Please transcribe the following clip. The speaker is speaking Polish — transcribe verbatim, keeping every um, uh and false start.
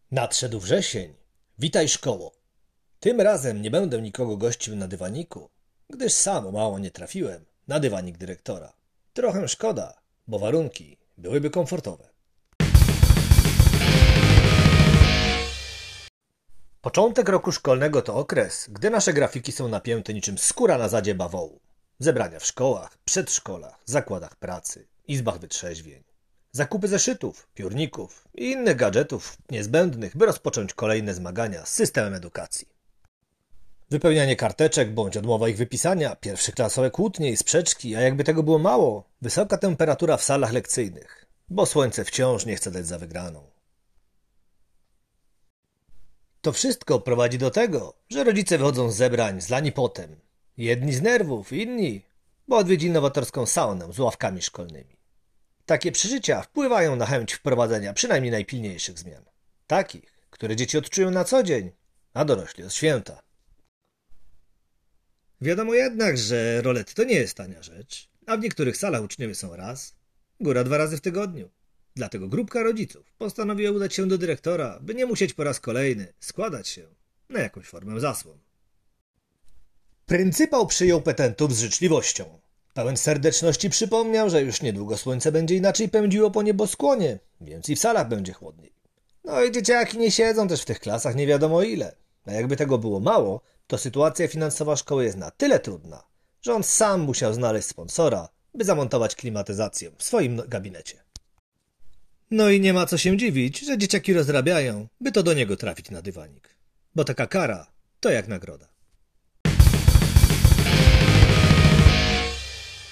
Nadszedł wrzesień. Witaj, szkoło. Tym razem nie będę nikogo gościł na dywaniku, gdyż sam o mało nie trafiłem na dywanik dyrektora. Trochę szkoda, bo warunki byłyby komfortowe. Początek roku szkolnego to okres, gdy nasze grafiki są napięte niczym skóra na zadzie bawołu. Zebrania w szkołach, przedszkolach, zakładach pracy, izbach wytrzeźwień. Zakupy zeszytów, piórników i innych gadżetów niezbędnych, by rozpocząć kolejne zmagania z systemem edukacji. Wypełnianie karteczek bądź odmowa ich wypisania, pierwszyklasowe kłótnie i sprzeczki, a jakby tego było mało, wysoka temperatura w salach lekcyjnych, bo słońce wciąż nie chce dać za wygraną. To wszystko prowadzi do tego, że rodzice wychodzą z zebrań zlani potem. Jedni z nerwów, inni, bo odwiedzili nowatorską saunę z ławkami szkolnymi. Takie przeżycia wpływają na chęć wprowadzenia przynajmniej najpilniejszych zmian. Takich, które dzieci odczują na co dzień, a dorośli od święta. Wiadomo jednak, że rolety to nie jest tania rzecz, a w niektórych salach uczniowie są raz, góra dwa razy w tygodniu. Dlatego grupka rodziców postanowiła udać się do dyrektora, by nie musieć po raz kolejny składać się na jakąś formę zasłon. Pryncypał przyjął petentów z życzliwością. Pełen serdeczności przypomniał, że już niedługo słońce będzie inaczej pędziło po nieboskłonie, więc i w salach będzie chłodniej. No i dzieciaki nie siedzą też w tych klasach nie wiadomo ile. A jakby tego było mało, to sytuacja finansowa szkoły jest na tyle trudna, że on sam musiał znaleźć sponsora, by zamontować klimatyzację w swoim gabinecie. No i nie ma co się dziwić, że dzieciaki rozrabiają, by to do niego trafić na dywanik. Bo taka kara to jak nagroda.